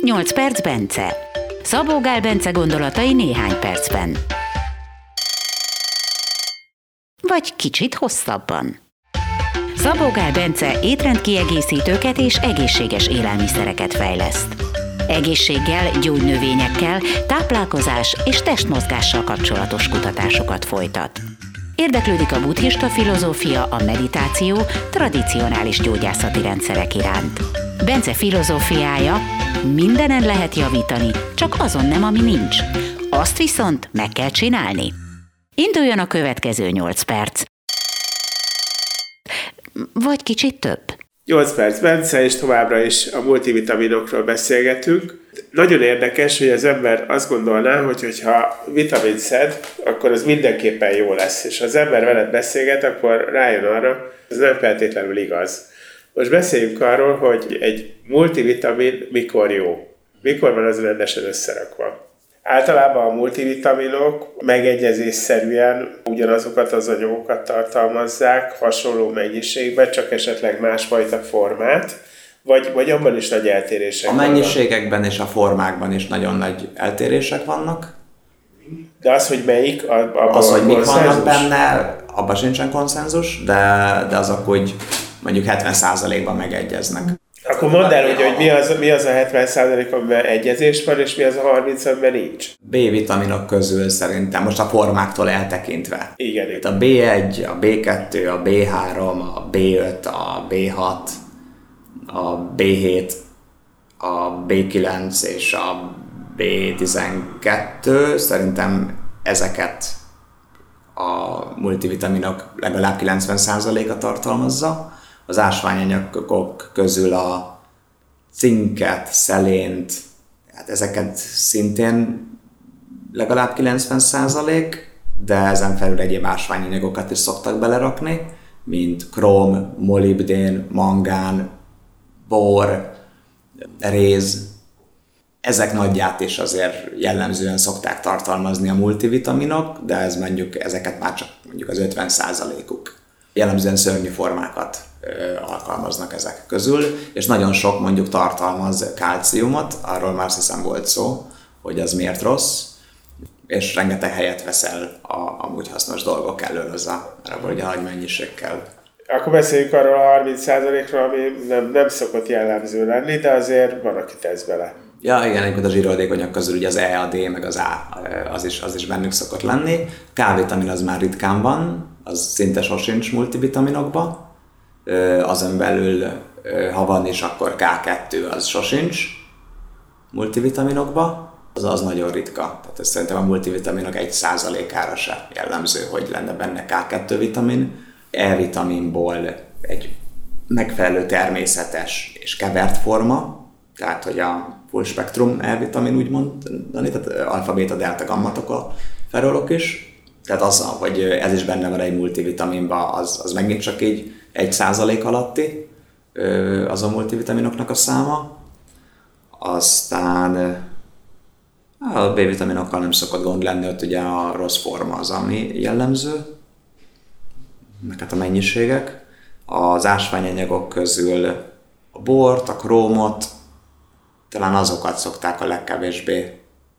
8 perc Bence. Szabó Gál Bence gondolatai néhány percben. Vagy kicsit hosszabban. Szabó Gál Bence étrendkiegészítőket és egészséges élelmiszereket fejleszt. Egészséggel, gyógynövényekkel, táplálkozás és testmozgással kapcsolatos kutatásokat folytat. Érdeklődik a buddhista filozófia, a meditáció, tradicionális gyógyászati rendszerek iránt. Bence filozófiája: mindenen lehet javítani, csak azon nem, ami nincs. Azt viszont meg kell csinálni. Induljon a következő 8 perc. Vagy kicsit több. 8 perc Bence, és továbbra is a multivitaminokról beszélgetünk. Nagyon érdekes, hogy az ember azt gondolná, hogy ha vitamint szed, akkor az mindenképpen jó lesz. És ha az ember veled beszélget, akkor rájön arra, ez nem feltétlenül igaz. Most beszéljünk arról, hogy egy multivitamin mikor jó. Mikor van az rendesen összerakva. Általában a multivitaminok megegyezésszerűen ugyanazokat az anyagokat tartalmazzák, hasonló mennyiségben, csak esetleg másfajta formát, vagy abban is nagy eltérések vannak. A mennyiségekben és a formákban is nagyon nagy eltérések vannak. De az, hogy melyik, az, hogy mik vannak benne, abban sincsen konszenzus, de azok úgy mondjuk 70%-ban megegyeznek. Akkor mondd el, hogy mi az a 70%, amiben egyezés van, és mi az a 30, amiben nincs. B-vitaminok közül szerintem, most a formáktól eltekintve. Igen. A B1, a B2, a B3, a B5, a B6, a B7, a B9 és a B12, szerintem ezeket a multivitaminok legalább 90%-a tartalmazza. Az ásványanyagok közül a cinket, szelént, hát ezeket szintén legalább 90%, de ezen felül egyéb ásványanyagokat is szoktak belerakni, mint króm, molibdén, mangán, bor, réz. Ezek nagyját is azért jellemzően szokták tartalmazni a multivitaminok, de ez mondjuk, ezeket már csak mondjuk az 50%-uk. Jellemzően szörnyű formákat alkalmaznak ezek közül, és nagyon sok mondjuk tartalmaz kálciumot, arról már hiszem volt szó, hogy az miért rossz, és rengeteg helyet vesz el amúgy hasznos dolgok elől arra, hogy a nagy mennyiség kell. Akkor beszéljünk arról a 30%-ról, ami nem szokott jellemző lenni, de azért van, aki tesz bele. Ja, igen, egyébként a zsíroldékonyak közül ugye az E, a D, meg az A, az is bennük szokott lenni. K-vitamin az már ritkán van, az szinte sosincs multivitaminokban. Azon belül, ha van is, akkor K2 az sosincs multivitaminokban. Az nagyon ritka. Tehát ez szerintem a multivitaminok 1%-ára se jellemző, hogy lenne benne K2 vitamin. E-vitaminból egy megfelelő természetes és kevert forma, tehát hogy a full spektrum E-vitamin úgy mondani, tehát alfa, beta, delta, gammatok a ferolok is. Tehát az, hogy ez is benne van egy multivitaminban, az megint csak így 1% alatti az a multivitaminoknak a száma. Aztán a B-vitaminokkal nem szokott gond lenni, ott ugye a rossz forma az, ami jellemző, meg hát a mennyiségek. Az ásványanyagok közül a bort, a krómot, talán azokat szokták a legkevésbé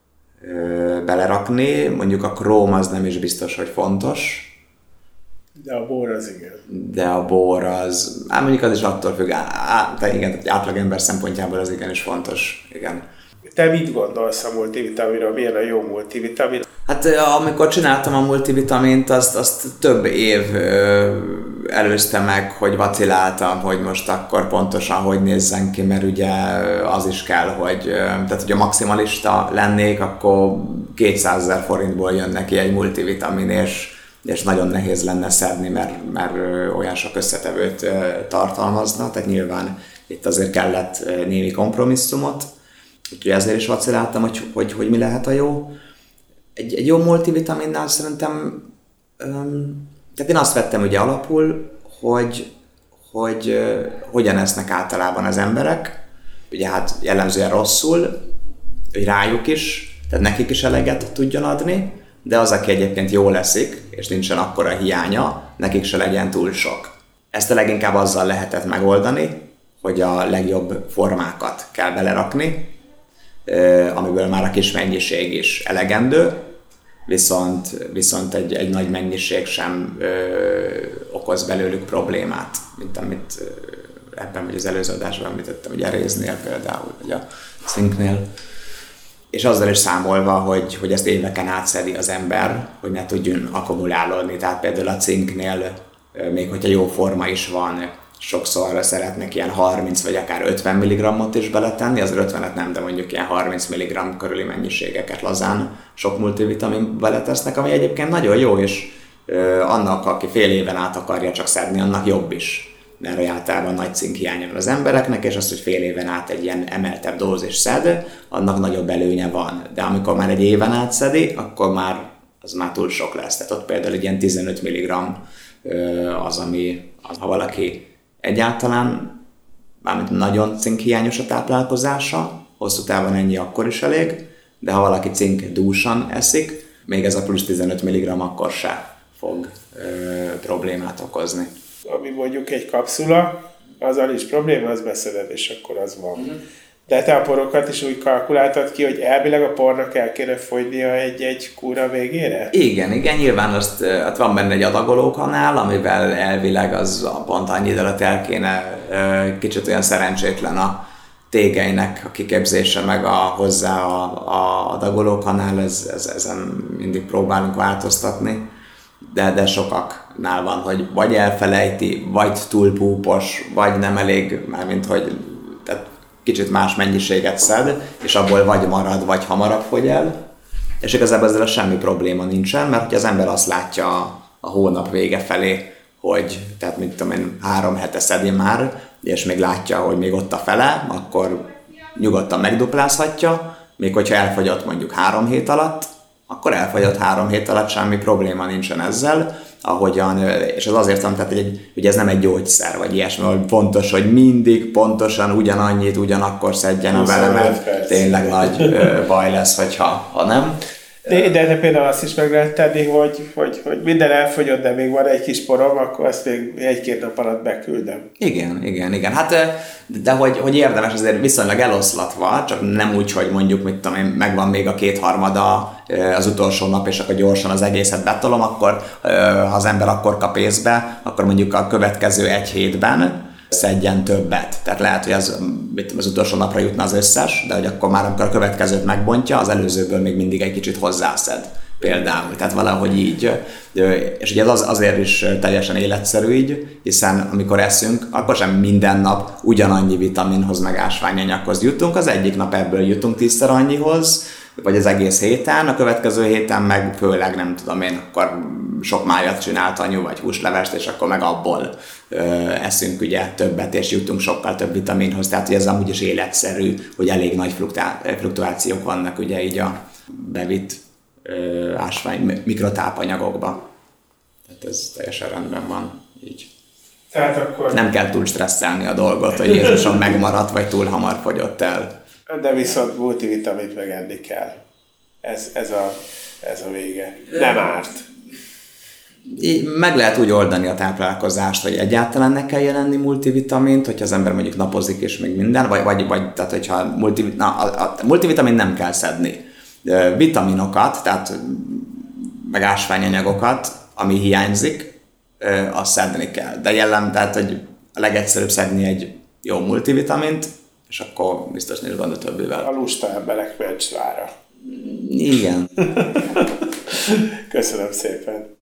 belerakni, mondjuk a króm az nem is biztos, hogy fontos. De a bor az igen. De a bor az, mondjuk az is attól függ, de igen, átlagember szempontjából az igenis fontos, igen. Te mit gondolsz a multivitaminról? Milyen a jó multivitamin? Hát amikor csináltam a multivitamint, azt több év előzte meg, hogy vaciláltam, hogy most akkor pontosan hogy nézzen ki, mert ugye az is kell, hogy tehát hogyha maximalista lennék, akkor 200 000 forintból jön neki egy multivitamin, és nagyon nehéz lenne szedni, mert olyan sok összetevőt tartalmazna, tehát nyilván itt azért kellett némi kompromisszumot, úgyhogy ezért is vaciláltam, hogy mi lehet a jó. Egy jó multivitaminnál szerintem, tehát én azt vettem ugye alapul, hogy hogyan esznek általában az emberek, ugye hát jellemzően rosszul, hogy rájuk is, tehát nekik is eleget tudjon adni, de az, aki egyébként jól eszik, és nincsen akkora hiánya, nekik se legyen túl sok. Ezt a leginkább azzal lehetett megoldani, hogy a legjobb formákat kell belerakni, amiből már a kis mennyiség is elegendő, viszont egy nagy mennyiség sem okoz belőlük problémát, mint amit ebben vagy az előző adásban említettem, ugye a réznél például, vagy a cinknél. És azzal is számolva, hogy ezt éveken átszedi az ember, hogy ne tudjon akkumulálódni. Tehát például a cinknél, még hogyha jó forma is van, sokszor szeretnek ilyen 30 vagy akár 50 mg-ot is beletenni, azért 50-et nem, de mondjuk ilyen 30 mg körüli mennyiségeket lazán sok multivitamin beletesznek, ami egyébként nagyon jó, és annak, aki fél éven át akarja csak szedni, annak jobb is. Mert általában nagy cinkhiánya van az embereknek, és az, hogy fél éven át egy ilyen emeltebb dózis szed, annak nagyobb előnye van. De amikor már egy éven át szedi, akkor az már túl sok lesz. Tehát ott például egy ilyen 15 mg az, ami, ha valaki egyáltalán, mármint nagyon cinkhiányos a táplálkozása, hosszú távon ennyi akkor is elég, de ha valaki cinkdúsan eszik, még ez a plusz 15 mg akkor se fog problémát okozni. Ami mondjuk egy kapszula, azzal is probléma, az beszeded, és akkor az van. De te a porokat is úgy kalkuláltad ki, hogy elvileg a pornak el kéne fogynia egy kúra végére? Igen, nyilván hát van benne egy adagolókanál, amivel elvileg az pont annyi idő alatt el kéne, kicsit olyan szerencsétlen a tégeinek a kiképzése, meg hozzá a adagolókanál, ezen mindig próbálunk változtatni. De sokaknál van, hogy vagy elfelejti, vagy túl púpos, vagy nem elég, mármint hogy tehát kicsit más mennyiséget szed, és abból vagy marad, vagy hamarabb fogy el. És igazából ezzel semmi probléma nincsen, mert hogy az ember azt látja a hónap vége felé, hogy tehát mint tudom én 3 hete szedi már, és még látja, hogy még ott a fele, akkor nyugodtan megduplázhatja, még hogyha elfogyott mondjuk 3 hét alatt, akkor elfogyott 3 hét alatt, semmi probléma nincsen ezzel, ahogyan, és ez azért van, tehát ugye ez nem egy gyógyszer, vagy ilyesmi, hogy fontos, hogy mindig pontosan ugyanannyit, ugyanakkor szedjen a vele, mert tényleg nagy baj lesz, ha nem. De például azt is meg lehet tenni, hogy minden elfogyott, de még van egy kis porom, akkor azt még 1-2 nap alatt beküldöm. Igen. Hát, de hogy érdemes azért viszonylag eloszlatva, csak nem úgy, hogy mondjuk, mit tudom én, megvan még a 2/3 az utolsó nap, és akkor gyorsan az egészet betolom, akkor ha az ember akkor kap észbe, akkor mondjuk a következő 1 hétben szedjen többet. Tehát lehet, hogy az utolsó napra jutna az összes, de hogy akkor már amikor a következőt megbontja, az előzőből még mindig egy kicsit hozzászed. Például. Tehát valahogy így. És ugye ez azért is teljesen életszerű így, hiszen amikor eszünk, akkor sem minden nap ugyanannyi vitaminhoz meg ásványanyaghoz jutunk. Az egyik nap ebből jutunk 10-szer annyihoz, vagy az egész héten, a következő héten meg főleg nem tudom én, akkor sok májat csinált anyu, vagy húslevest, és akkor meg abból eszünk ugye többet, és jutunk sokkal több vitaminhoz. Tehát hogy ez amúgy is életszerű, hogy elég nagy fluktuációk vannak ugye így a bevitt ásvány mikrotápanyagokba. Tehát ez teljesen rendben van így. Tehát akkor... Nem kell túl stresszelni a dolgot, hogy Jézusom megmaradt, vagy túl hamar fogyott el. De viszont multivitamint megenni kell. Ez a vége. Nem árt. Meg lehet úgy oldani a táplálkozást, hogy egyáltalán ne kell jelenni multivitamint, hogyha az ember mondjuk napozik és még minden, vagy tehát hogyha a multivitamin nem kell szedni. Vitaminokat, tehát meg ásványanyagokat, ami hiányzik, azt szedni kell. De tehát, hogy a legegyszerűbb szedni egy jó multivitamint, és akkor biztos nincs gond a többivel. A lusta emberek mencsvára. Igen. Köszönöm szépen.